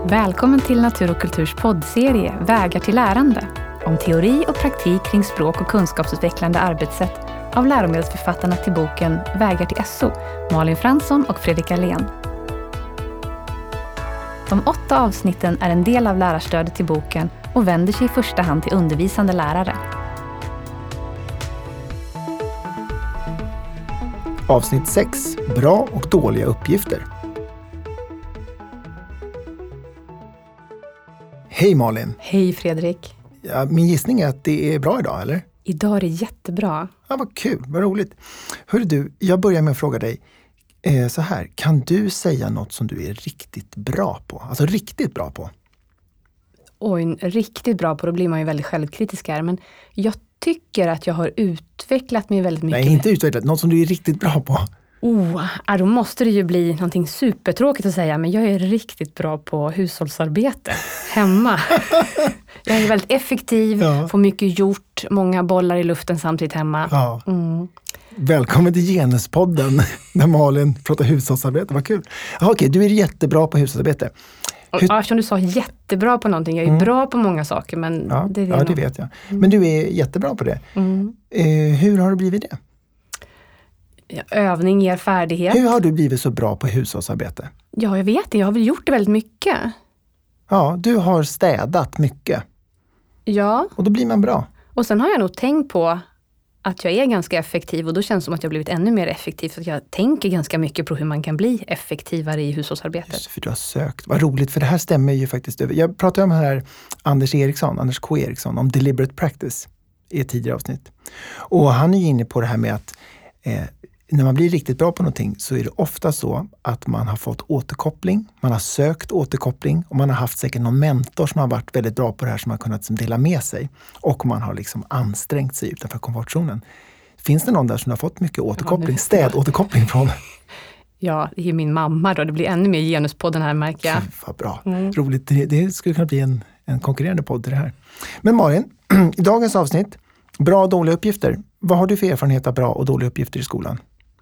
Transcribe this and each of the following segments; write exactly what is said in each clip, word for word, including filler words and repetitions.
Välkommen till Natur och kulturs poddserie Vägar till lärande. Om teori och praktik kring språk- och kunskapsutvecklande arbetssätt av läromedelsförfattarna till boken Vägar till S O, Malin Fransson och Fredrik Allén. De åtta avsnitten är en del av lärarstödet till boken och vänder sig i första hand till undervisande lärare. Avsnitt sex. Bra och dåliga uppgifter. Hej Malin! Hej Fredrik! Ja, min gissning är att det är bra idag, eller? Idag är det jättebra. Ja, vad kul, vad roligt. Hörru du, jag börjar med att fråga dig eh, så här. Kan du säga något som du är riktigt bra på? Alltså riktigt bra på? Oj, riktigt bra på, då blir man ju väldigt självkritisk här. Men jag tycker att jag har utvecklat mig väldigt mycket. Nej, inte utvecklat. Något som du är riktigt bra på. Oh, ja, då måste det ju bli någonting supertråkigt att säga. Men jag är riktigt bra på hushållsarbete hemma. Jag är väldigt effektiv, ja. Får mycket gjort, många bollar i luften samtidigt hemma. Ja. Mm. Välkommen till Genuspodden där Malin pratar hushållsarbete. Vad kul. Ja, okej, du är jättebra på hushållsarbete. Hur... Ja, eftersom du sa jättebra på någonting. Jag är mm. bra på många saker, men ja, det är det Ja, nog. det vet jag. Men du är jättebra på det. Mm. Eh, hur har du blivit det? Ja, övning ger färdighet. Hur har du blivit så bra på hushållsarbete? Ja, jag vet det. Jag har väl gjort det väldigt mycket. Ja, du har städat mycket. Ja. Och då blir man bra. Och sen har jag nog tänkt på att jag är ganska effektiv, och då känns det som att jag har blivit ännu mer effektiv, för att jag tänker ganska mycket på hur man kan bli effektivare i hushållsarbetet. Just för du har sökt. Vad roligt, för det här stämmer ju faktiskt över. Jag pratade om här Anders Eriksson, Anders K. Eriksson, om deliberate practice i ett tidigare avsnitt. Och han är ju inne på det här med att eh, när man blir riktigt bra på någonting så är det ofta så att man har fått återkoppling, man har sökt återkoppling och man har haft säkert någon mentor som har varit väldigt bra på det här som har kunnat liksom dela med sig, och man har liksom ansträngt sig utanför komfortzonen. Finns det någon där som har fått mycket återkoppling, städåterkoppling från? Ja, det är min mamma då. Det blir ännu mer Genuspodden här, märker jag. Vad bra. Mm. Roligt. Det, det skulle kunna bli en, en konkurrerande podd till det här. Men Malin, i dagens avsnitt, bra och dåliga uppgifter. Vad har du för erfarenhet av bra och dåliga uppgifter i skolan?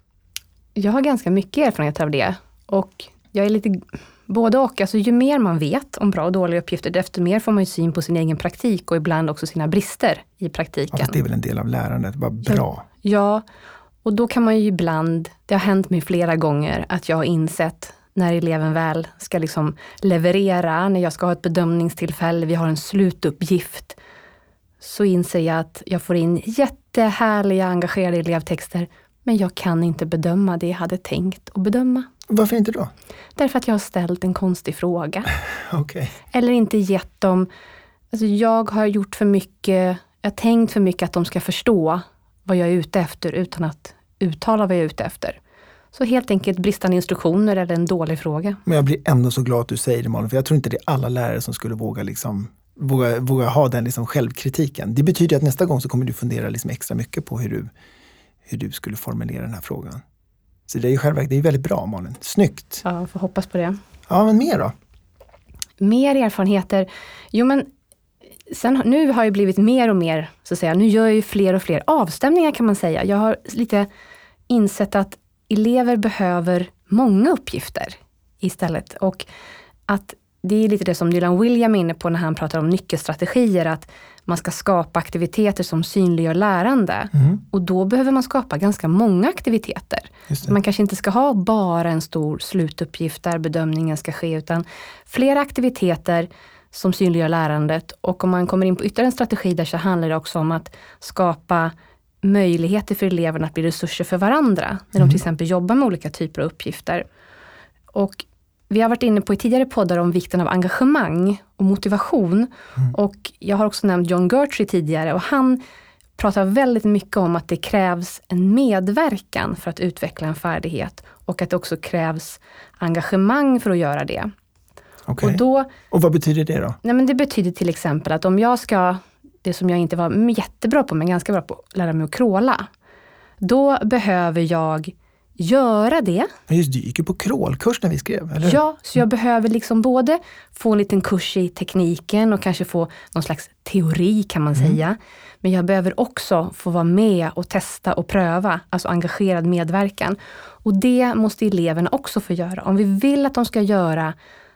Jag har ganska mycket erfarenhet av det, och jag är lite både och. Alltså, ju mer man vet om bra och dåliga uppgifter, desto mer får man ju syn på sin egen praktik och ibland också sina brister i praktiken. Ja, det är väl en del av lärandet, vad bra. Ja, ja, och då kan man ju ibland, det har hänt mig flera gånger att jag har insett när eleven väl ska liksom leverera, när jag ska ha ett bedömningstillfälle, vi har en slutuppgift, så inser jag att jag får in jättehärliga, engagerade elevtexter. Men jag kan inte bedöma det jag hade tänkt att bedöma. Varför inte då? Därför att jag har ställt en konstig fråga. Okay. Eller inte gett dem... Alltså jag har gjort för mycket... Jag har tänkt för mycket att de ska förstå vad jag är ute efter utan att uttala vad jag är ute efter. Så helt enkelt bristande instruktioner eller en dålig fråga. Men jag blir ändå så glad att du säger det, Malin. För jag tror inte det är alla lärare som skulle våga, liksom, våga, våga ha den liksom självkritiken. Det betyder att nästa gång så kommer du fundera liksom extra mycket på hur du... hur du skulle formulera den här frågan. Så det är ju själva, det är väldigt bra, Malin. Snyggt. Ja, får hoppas på det. Ja, men mer då? Mer erfarenheter. Jo, men sen, nu har jag blivit mer och mer, så att säga. Nu gör jag ju fler och fler avstämningar, kan man säga. Jag har lite insett att elever behöver många uppgifter istället. Och att det är lite det som Dylan Wiliam är inne på när han pratar om nyckelstrategier, att man ska skapa aktiviteter som synliggör lärande. Mm. Och då behöver man skapa ganska många aktiviteter. Man kanske inte ska ha bara en stor slutuppgift där bedömningen ska ske, utan flera aktiviteter som synliggör lärandet. Och om man kommer in på ytterligare en strategi där, så handlar det också om att skapa möjligheter för eleverna att bli resurser för varandra. När mm. de till exempel jobbar med olika typer av uppgifter. Och vi har varit inne på i tidigare poddar om vikten av engagemang och motivation. Mm. Och jag har också nämnt John Gertrude tidigare, och han pratar väldigt mycket om att det krävs en medverkan för att utveckla en färdighet, och att det också krävs engagemang för att göra det. Okay. Och, då, och vad betyder det då? Nej, men det betyder till exempel att om jag ska, det som jag inte var jättebra på men ganska bra på, att lära mig att kråla, då behöver jag göra det. Men just du gick ju på krålkurs när vi skrev, eller? Ja, så jag behöver liksom både få en liten kurs i tekniken och kanske få någon slags teori, kan man mm. säga. Men jag behöver också få vara med och testa och pröva, alltså engagerad medverkan. Och det måste eleverna också få göra. Om vi vill att de ska göra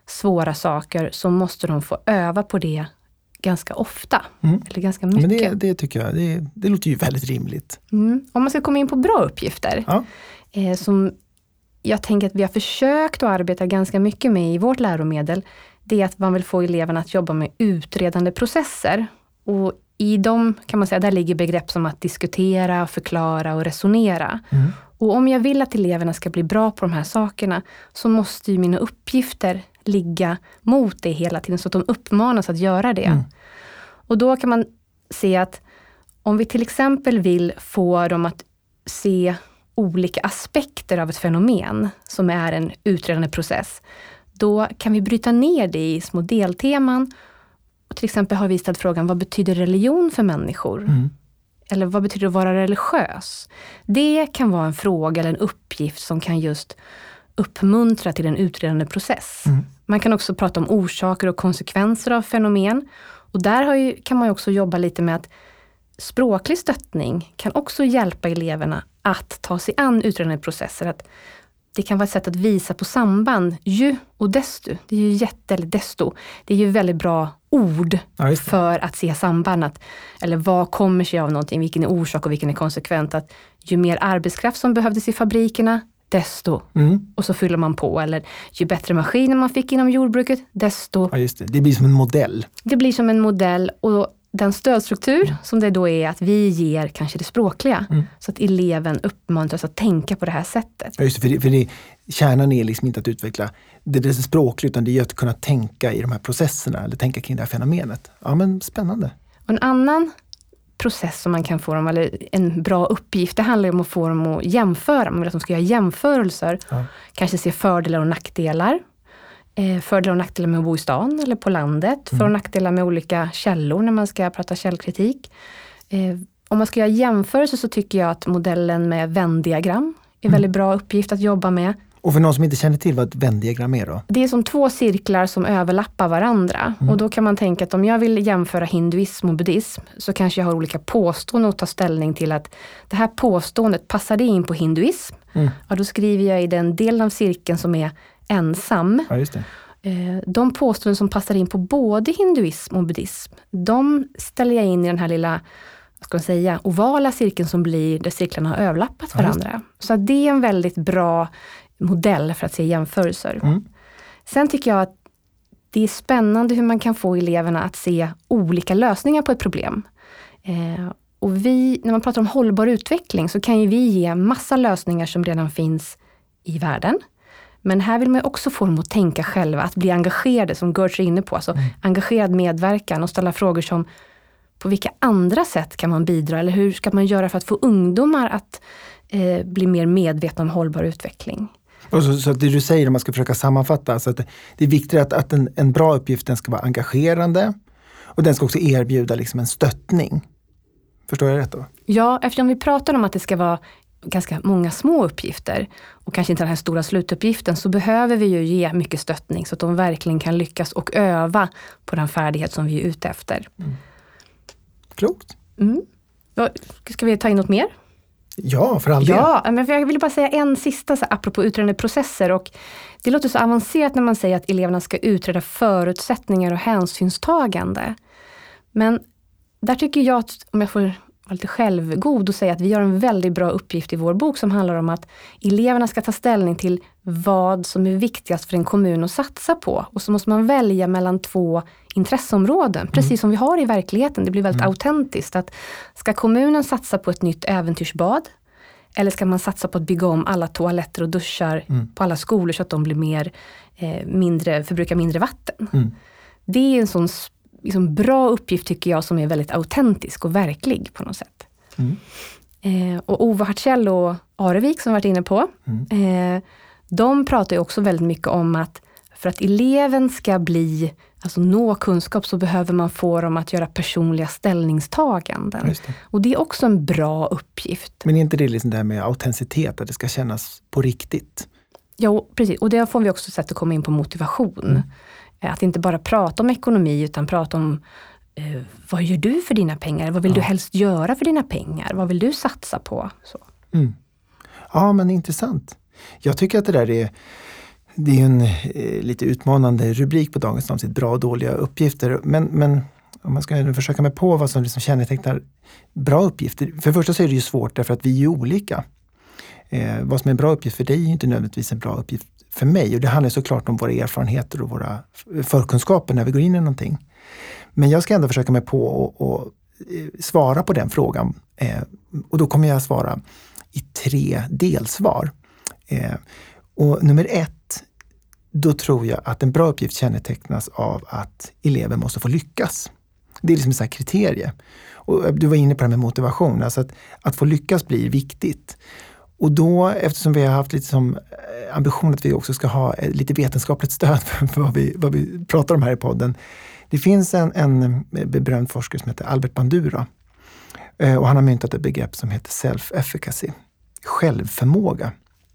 svåra saker så måste de få öva på det ganska ofta. Mm. Eller ganska mycket. Men det, det tycker jag, det, det låter ju väldigt rimligt. Mm. Om man ska komma in på bra uppgifter. Ja. Eh, som jag tänker att vi har försökt att arbeta ganska mycket med i vårt läromedel. Det är att man vill få eleverna att jobba med utredande processer. Och i dem kan man säga, där ligger begrepp som att diskutera, förklara och resonera. Mm. Och om jag vill att eleverna ska bli bra på de här sakerna så måste ju mina uppgifter ligga mot det hela tiden så att de uppmanas att göra det. Mm. Och då kan man se att om vi till exempel vill få dem att se olika aspekter av ett fenomen som är en utredande process, då kan vi bryta ner det i små delteman. Och till exempel har vi ställt frågan, vad betyder religion för människor? Mm. Eller vad betyder det att vara religiös? Det kan vara en fråga eller en uppgift som kan just uppmuntra till en utredande process. Mm. Man kan också prata om orsaker och konsekvenser av fenomen. Och där har ju, kan man ju också jobba lite med att språklig stöttning kan också hjälpa eleverna att ta sig an utredande processer. Att det kan vara ett sätt att visa på samband. Ju och desto. Det är ju jätte, eller desto. Det är ju väldigt bra ord ja, för att se samband. Att, eller vad kommer sig av någonting? Vilken är orsak och vilken är konsekvent? Att ju mer arbetskraft som behövdes i fabrikerna, desto. Mm. Och så fyller man på. Eller ju bättre maskiner man fick inom jordbruket, desto. Ja, just det. Det blir som en modell. Det blir som en modell. Och den stödstruktur mm. som det då är att vi ger kanske det språkliga. Mm. Så att eleven uppmuntras att tänka på det här sättet. Ja, just det. För, det, för det, kärnan är liksom inte att utveckla det, det språkliga utan det är att kunna tänka i de här processerna. Eller tänka kring det här fenomenet. Ja, men spännande. Och en annan process som man kan få dem, eller en bra uppgift, det handlar om att få dem att jämföra. Man vill att de ska göra jämförelser. Ja. Kanske se fördelar och nackdelar. Eh, fördelar och nackdelar med att bo i stan eller på landet. Mm. För- och nackdelar med olika källor när man ska prata källkritik. Eh, om man ska göra jämförelser så tycker jag att modellen med Venn-diagram är en mm. väldigt bra uppgift att jobba med. Och för någon som inte känner till vad ett Venn-diagram är då? Det är som två cirklar som överlappar varandra. Mm. Och då kan man tänka att om jag vill jämföra hinduism och buddhism så kanske jag har olika påståenden att ta ställning till att det här påståendet passar det in på hinduism. Mm. Ja, då skriver jag i den delen av cirkeln som är ensam. Ja, just det. De påståenden som passar in på både hinduism och buddhism, de ställer jag in i den här lilla, vad ska man säga, ovala cirkeln som blir där cirklarna har överlappat varandra. Ja, så det är en väldigt bra modell för att se jämförelser. Mm. Sen tycker jag att det är spännande hur man kan få eleverna att se olika lösningar på ett problem. Eh, och vi, när man pratar om hållbar utveckling så kan ju vi ge massa lösningar som redan finns i världen. Men här vill man också få dem att tänka själva, att bli engagerade som Gertz är inne på. Alltså mm. engagerad medverkan och ställa frågor som på vilka andra sätt kan man bidra? Eller hur ska man göra för att få ungdomar att eh, bli mer medvetna om hållbar utveckling? Och så, så att det du säger om man ska försöka sammanfatta, så att det, det är viktigt att, att en, en bra uppgift den ska vara engagerande och den ska också erbjuda liksom en stöttning. Förstår jag rätt då? Ja, eftersom vi pratar om att det ska vara ganska många små uppgifter och kanske inte den här stora slutuppgiften, så behöver vi ju ge mycket stöttning så att de verkligen kan lyckas och öva på den färdighet som vi är ute efter. Mm. Klokt. Mm. Ska vi ta in något mer? Ja, för all del. Ja, men jag vill bara säga en sista så apropå utredande processer, och det låter så avancerat när man säger att eleverna ska utreda förutsättningar och hänsynstagande. Men där tycker jag att, om jag får vara lite självgod och säga att vi har en väldigt bra uppgift i vår bok som handlar om att eleverna ska ta ställning till vad som är viktigast för en kommun att satsa på. Och så måste man välja mellan två intresseområden, mm. precis som vi har i verkligheten. Det blir väldigt mm. autentiskt. Att ska kommunen satsa på ett nytt äventyrsbad? Eller ska man satsa på att bygga om alla toaletter och duschar mm. på alla skolor så att de blir mer, eh, mindre, förbrukar mindre vatten? Mm. Det är en sån liksom bra uppgift tycker jag som är väldigt autentisk och verklig på något sätt. Mm. Eh, och Ove Hartzell och Arevik som vi varit inne på, mm. eh, de pratar ju också väldigt mycket om att för att eleven ska bli, alltså nå kunskap, så behöver man få dem att göra personliga ställningstaganden. Just det. Och det är också en bra uppgift. Men är inte det liksom det här med autenticitet, att det ska kännas på riktigt? Jo, precis. Och det får vi också sätta att komma in på motivation. Mm. Att inte bara prata om ekonomi utan prata om eh, vad gör du för dina pengar? Vad vill ja. du helst göra för dina pengar? Vad vill du satsa på? Så. Mm. Ja, men intressant. Jag tycker att det där är Det är ju en eh, lite utmanande rubrik på dagens avsnitt, bra och dåliga uppgifter. Men, men om man ska försöka med på vad som liksom kännetecknar bra uppgifter. För det första så är det ju svårt därför att vi är ju olika. Eh, vad som är en bra uppgift för dig är ju inte nödvändigtvis en bra uppgift för mig. Och det handlar såklart om våra erfarenheter och våra förkunskaper när vi går in i någonting. Men jag ska ändå försöka mig på och, och svara på den frågan. Eh, och då kommer jag svara i tre delsvar. Eh, och nummer ett, då tror jag att en bra uppgift kännetecknas av att elever måste få lyckas. Det är liksom ett sånt här kriterie. Och du var inne på det här med motivation. Alltså att, att få lyckas blir viktigt. Och då, eftersom vi har haft lite som ambition att vi också ska ha lite vetenskapligt stöd för vad vi, vad vi pratar om här i podden. Det finns en, en berömd forskare som heter Albert Bandura. Och han har myntat ett begrepp som heter self-efficacy. Självförmåga.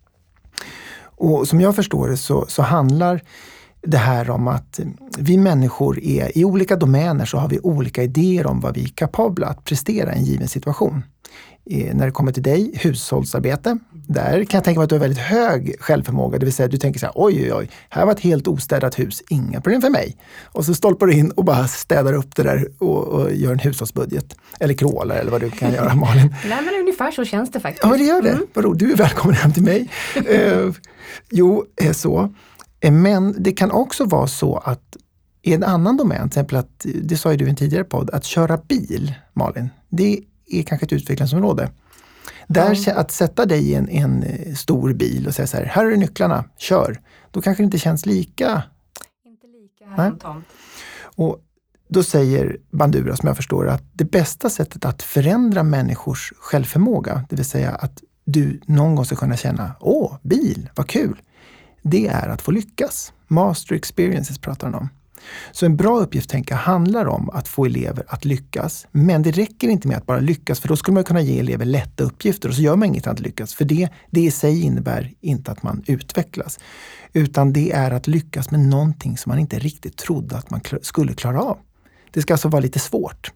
Och som jag förstår det så, så handlar det här om att vi människor är i olika domäner så har vi olika idéer om vad vi är kapabla att prestera i en given situation. Eh, när det kommer till dig, hushållsarbete, där kan jag tänka mig att du har väldigt hög självförmåga. Det vill säga att du tänker så här, oj oj oj, här var ett helt ostädat hus, inga problem för mig. Och så stolpar du in och bara städar upp det där och, och gör en hushållsbudget. Eller krålar eller vad du kan göra, Malin. Nej, men ungefär så känns det faktiskt. Ja, men det gör det. Mm. Vadå, du är välkommen hem till mig. eh, jo, eh, så. Men det kan också vara så att i en annan domän, till exempel att, det sa ju du i en tidigare podd, att köra bil, Malin, det är kanske ett utvecklingsområde. Där mm. att sätta dig i en, en stor bil och säga så här, här är nycklarna, kör. Då kanske det inte känns lika... Inte lika häromtomt. Och då säger Bandura, som jag förstår, att det bästa sättet att förändra människors självförmåga, det vill säga att du någon gång ska kunna känna, åh, bil, vad kul. Det är att få lyckas. Master experiences pratar han om. Så en bra uppgift, tänka, handlar om att få elever att lyckas. Men det räcker inte med att bara lyckas, för då skulle man kunna ge elever lätta uppgifter och så gör man inget att lyckas. För det, det i sig innebär inte att man utvecklas. Utan det är att lyckas med någonting som man inte riktigt trodde att man skulle klara av. Det ska alltså vara lite svårt.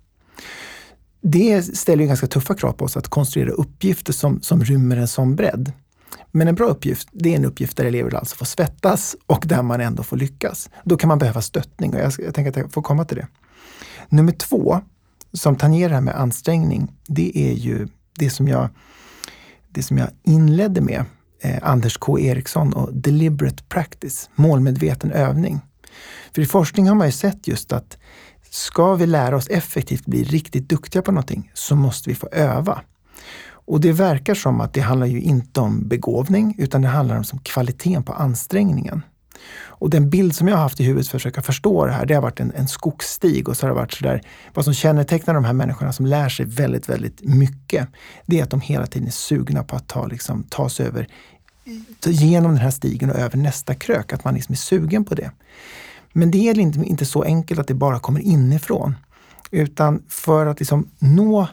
Det ställer ju ganska tuffa krav på oss att konstruera uppgifter som, som rymmer en sån bredd. Men en bra uppgift, det är en uppgift där elever alltså får svettas och där man ändå får lyckas. Då kan man behöva stöttning och jag, jag tänker att jag får komma till det. Nummer två, som tangerar det här med ansträngning, det är ju det som jag, det som jag inledde med, eh, Anders K. Eriksson och deliberate practice, målmedveten övning. För i forskning har man ju sett just att ska vi lära oss effektivt bli riktigt duktiga på någonting så måste vi få öva. Och det verkar som att det handlar ju inte om begåvning utan det handlar om som kvaliteten på ansträngningen. Och den bild som jag har haft i huvudet för att försöka förstå det här, det har varit en, en skogsstig och så har det varit sådär, vad som kännetecknar de här människorna som lär sig väldigt, väldigt mycket, det är att de hela tiden är sugna på att ta, liksom, ta sig över, ta igenom den här stigen och över nästa krök, att man liksom är sugen på det. Men det är inte, inte så enkelt att det bara kommer inifrån, utan för att liksom nå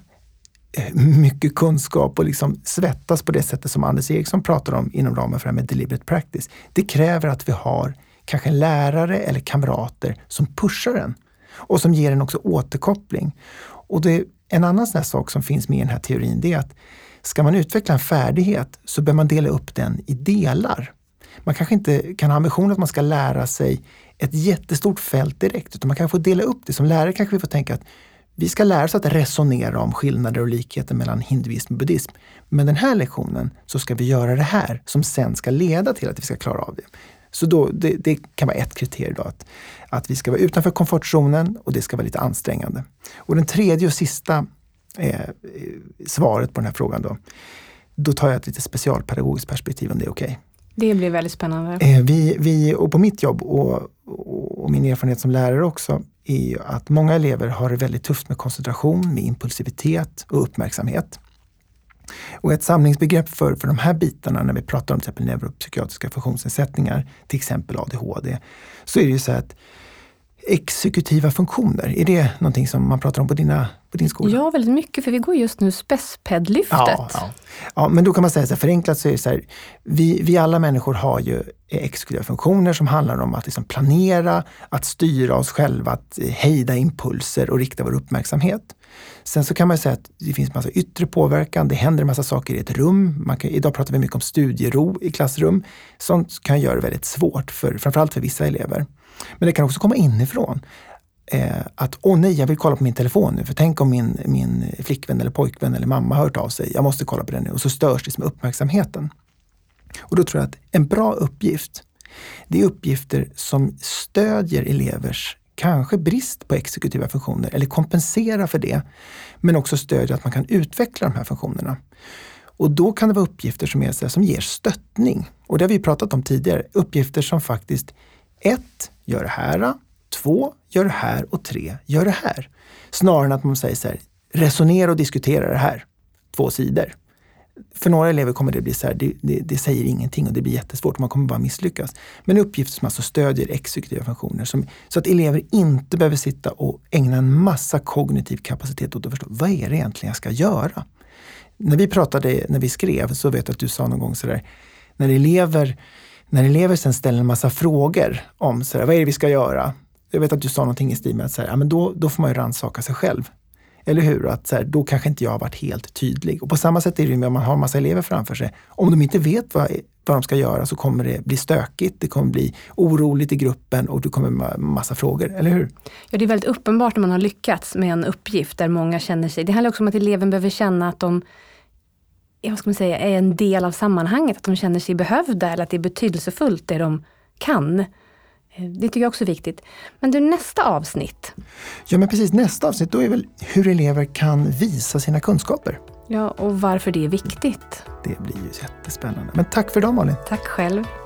mycket kunskap och liksom svettas på det sättet som Anders Eriksson pratar om inom ramen för det här med deliberate practice. Det kräver att vi har kanske en lärare eller kamrater som pushar en och som ger en också återkoppling. Och det, en annan sån här sak som finns med i den här teorin, det är att ska man utveckla en färdighet så bör man dela upp den i delar. Man kanske inte kan ha ambitionen att man ska lära sig ett jättestort fält direkt, utan man kan få dela upp det. Som lärare kanske vi får tänka att vi ska lära oss att resonera om skillnader och likheter mellan hinduism och buddhism. Men den här lektionen så ska vi göra det här som sen ska leda till att vi ska klara av det. Så då, det, det kan vara ett kriterium då, att, att vi ska vara utanför komfortzonen och det ska vara lite ansträngande. Och den tredje och sista eh, svaret på den här frågan då, då tar jag ett lite specialpedagogiskt perspektiv om det är okej. Okay. Det blir väldigt spännande. Eh, vi, vi, och på mitt jobb och, och, och min erfarenhet som lärare också är ju att många elever har det väldigt tufft med koncentration, med impulsivitet och uppmärksamhet. Och ett samlingsbegrepp för, för de här bitarna när vi pratar om till exempel neuropsykiatriska funktionsnedsättningar, till exempel A D H D, så är det ju så att exekutiva funktioner, är det någonting som man pratar om på, dina, på din skola? Ja, väldigt mycket, för vi går just nu spespedlyftet. Ja, ja. ja, men då kan man säga så här, förenklat så är det så här, vi, vi alla människor har ju exekutiva funktioner som handlar om att liksom planera, att styra oss själva, att hejda impulser och rikta vår uppmärksamhet. Sen så kan man säga att det finns massa yttre påverkan, det händer en massa saker i ett rum. Man kan, idag pratar vi mycket om studiero i klassrum. Sånt kan göra det väldigt svårt, för, framförallt för vissa elever. Men det kan också komma inifrån. Eh, att, åh nej, jag vill kolla på min telefon nu, för tänk om min, min flickvän eller pojkvän eller mamma har hört av sig. Jag måste kolla på den nu. Och så störs det med uppmärksamheten. Och då tror jag att en bra uppgift, det är uppgifter som stödjer elevers kanske brist på exekutiva funktioner eller kompensera för det, men också stödja att man kan utveckla de här funktionerna. Och då kan det vara uppgifter som, är, som ger stöttning. Och det har vi pratat om tidigare. Uppgifter som faktiskt ett, gör det här, två, gör det här och tre, gör det här. Snarare än att man säger så här, resonera och diskutera det här. Två sidor. För några elever kommer det bli så här, det, det, det säger ingenting och det blir jättesvårt och man kommer bara misslyckas. Men uppgifter som alltså stödjer exekutiva funktioner som, så att elever inte behöver sitta och ägna en massa kognitiv kapacitet åt att förstå, vad är det egentligen jag ska göra? När vi pratade, när vi skrev, så vet jag att du sa någon gång så där, när elever, när elever sen ställer en massa frågor om så där, vad är det vi ska göra? Jag vet att du sa någonting i stil med att så här, ja, men då, då får man ju rannsaka sig själv. Eller hur? Att så här, då kanske inte jag har varit helt tydlig. Och på samma sätt är det med om man har en massa elever framför sig. Om de inte vet vad, vad de ska göra så kommer det bli stökigt. Det kommer bli oroligt i gruppen och det kommer en massa frågor. Eller hur? Ja, det är väldigt uppenbart när man har lyckats med en uppgift där många känner sig. Det handlar också om att eleven behöver känna att de vad ska man säga, är en del av sammanhanget. Att de känner sig behövda eller att det är betydelsefullt det de kan. Det tycker jag också är viktigt. Men du, nästa avsnitt. Ja, men precis. Nästa avsnitt, då är väl hur elever kan visa sina kunskaper. Ja, och varför det är viktigt. Det blir ju jättespännande. Men tack för idag, Malin. Tack själv.